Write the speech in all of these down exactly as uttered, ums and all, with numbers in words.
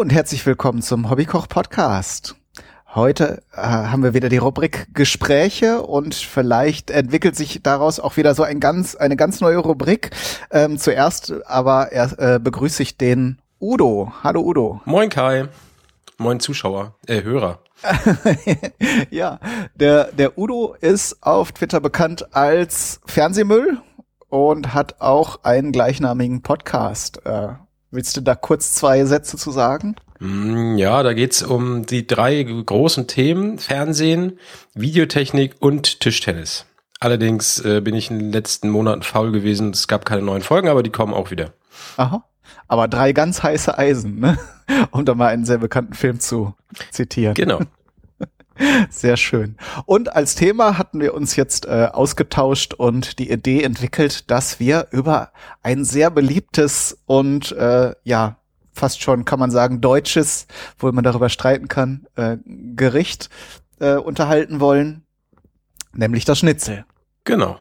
und herzlich willkommen zum Hobbykoch-Podcast. Heute äh, haben wir wieder die Rubrik Gespräche und vielleicht entwickelt sich daraus auch wieder so ein ganz, eine ganz neue Rubrik. Ähm, zuerst aber er, äh, begrüße ich den Udo. Hallo Udo. Moin Kai. Moin Zuschauer, äh, Hörer. Ja, der, der Udo ist auf Twitter bekannt als Fernsehmüll und hat auch einen gleichnamigen Podcast. Äh, willst du da kurz zwei Sätze zu sagen? Ja, da geht's um die drei großen Themen: Fernsehen, Videotechnik und Tischtennis. Allerdings äh, bin ich in den letzten Monaten faul gewesen. Es gab keine neuen Folgen, aber die kommen auch wieder. Aha. Aber drei ganz heiße Eisen, ne? Um da mal einen sehr bekannten Film zu zitieren. Genau. Sehr schön. Und als Thema hatten wir uns jetzt äh, ausgetauscht und die Idee entwickelt, dass wir über ein sehr beliebtes und äh, ja, fast schon, kann man sagen, deutsches, obwohl man darüber streiten kann, äh, Gericht äh, unterhalten wollen, nämlich das Schnitzel. Genau.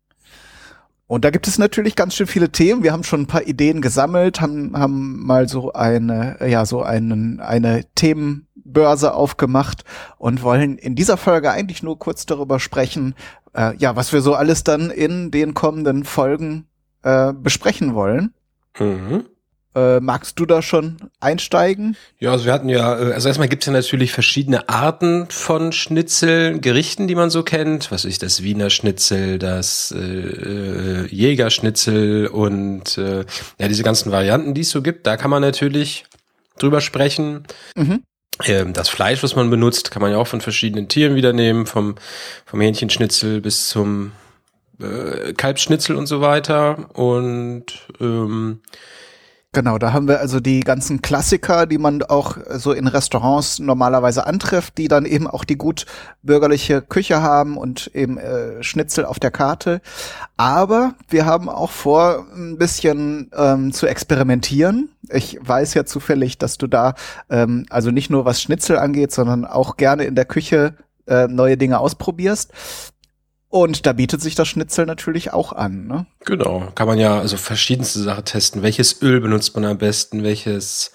Und da gibt es natürlich ganz schön viele Themen. Wir haben schon ein paar Ideen gesammelt, haben haben mal so eine ja so einen eine Themenbörse aufgemacht und wollen in dieser Folge eigentlich nur kurz darüber sprechen, äh, ja, was wir so alles dann in den kommenden Folgen äh, besprechen wollen. Mhm. Äh, magst du da schon einsteigen? Ja, also wir hatten ja, also erstmal gibt's ja natürlich verschiedene Arten von Schnitzel, Gerichten, die man so kennt. Was ist das Wiener Schnitzel, das äh, Jägerschnitzel und äh, ja, diese ganzen Varianten, die es so gibt. Da kann man natürlich drüber sprechen. Mhm. Ähm, das Fleisch, was man benutzt, kann man ja auch von verschiedenen Tieren wieder nehmen, vom, vom Hähnchenschnitzel bis zum äh, Kalbsschnitzel und so weiter. Und ähm, Genau, da haben wir also die ganzen Klassiker, die man auch so in Restaurants normalerweise antrifft, die dann eben auch die gut bürgerliche Küche haben und eben äh, Schnitzel auf der Karte. Aber wir haben auch vor, ein bisschen ähm, zu experimentieren. Ich weiß ja zufällig, dass du da ähm, also nicht nur was Schnitzel angeht, sondern auch gerne in der Küche äh, neue Dinge ausprobierst. Und da bietet sich das Schnitzel natürlich auch an, ne? Genau, kann man ja also verschiedenste Sachen testen. Welches Öl benutzt man am besten, welches,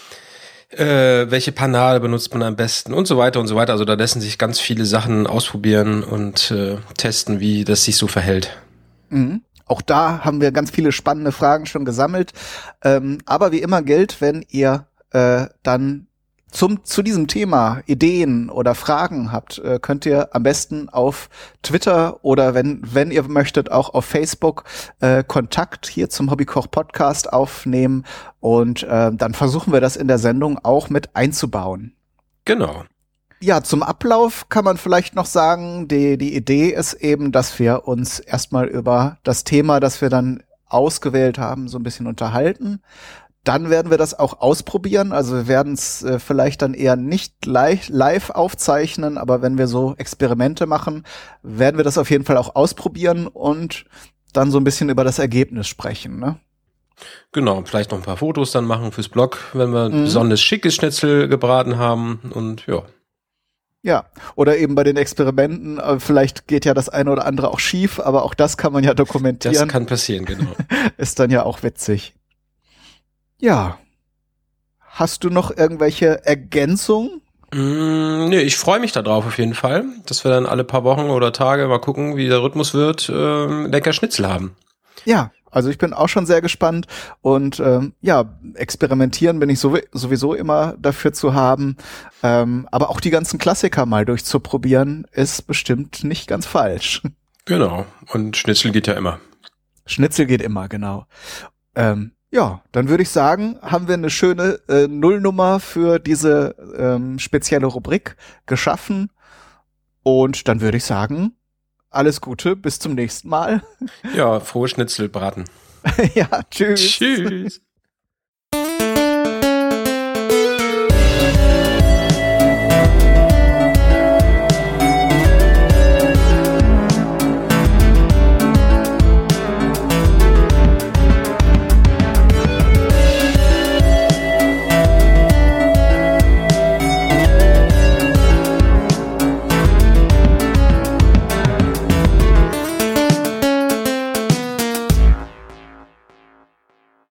äh, welche Panade benutzt man am besten und so weiter und so weiter. Also da lassen sich ganz viele Sachen ausprobieren und äh, testen, wie das sich so verhält. Mhm. Auch da haben wir ganz viele spannende Fragen schon gesammelt. Ähm, aber wie immer gilt, wenn ihr äh, dann Zum, zu diesem Thema Ideen oder Fragen habt, äh, könnt ihr am besten auf Twitter oder wenn, wenn ihr möchtet, auch auf Facebook äh, Kontakt hier zum Hobbykoch-Podcast aufnehmen und äh, dann versuchen wir das in der Sendung auch mit einzubauen. Genau. Ja, zum Ablauf kann man vielleicht noch sagen, die, die Idee ist eben, dass wir uns erstmal über das Thema, das wir dann ausgewählt haben, so ein bisschen unterhalten. Dann werden wir das auch ausprobieren. Also wir werden es äh, vielleicht dann eher nicht live, live aufzeichnen, aber wenn wir so Experimente machen, werden wir das auf jeden Fall auch ausprobieren und dann so ein bisschen über das Ergebnis sprechen, ne? Genau, vielleicht noch ein paar Fotos dann machen fürs Blog, wenn wir ein Mhm. besonders schickes Schnitzel gebraten haben und ja. Ja, oder eben bei den Experimenten, äh, vielleicht geht ja das eine oder andere auch schief, aber auch das kann man ja dokumentieren. Das kann passieren, genau. Ist dann ja auch witzig. Ja. Hast du noch irgendwelche Ergänzungen? Mm, nee, ich freue mich da drauf auf jeden Fall, dass wir dann alle paar Wochen oder Tage mal gucken, wie der Rhythmus wird, ähm, lecker Schnitzel haben. Ja, also ich bin auch schon sehr gespannt und ähm, ja, experimentieren bin ich sow- sowieso immer dafür zu haben, ähm, aber auch die ganzen Klassiker mal durchzuprobieren ist bestimmt nicht ganz falsch. Genau, und Schnitzel geht ja immer. Schnitzel geht immer, genau. Ähm, Ja, dann würde ich sagen, haben wir eine schöne äh, Nullnummer für diese ähm, spezielle Rubrik geschaffen. Und dann würde ich sagen, alles Gute, bis zum nächsten Mal. Ja, frohe Schnitzelbraten. Ja, tschüss. Tschüss.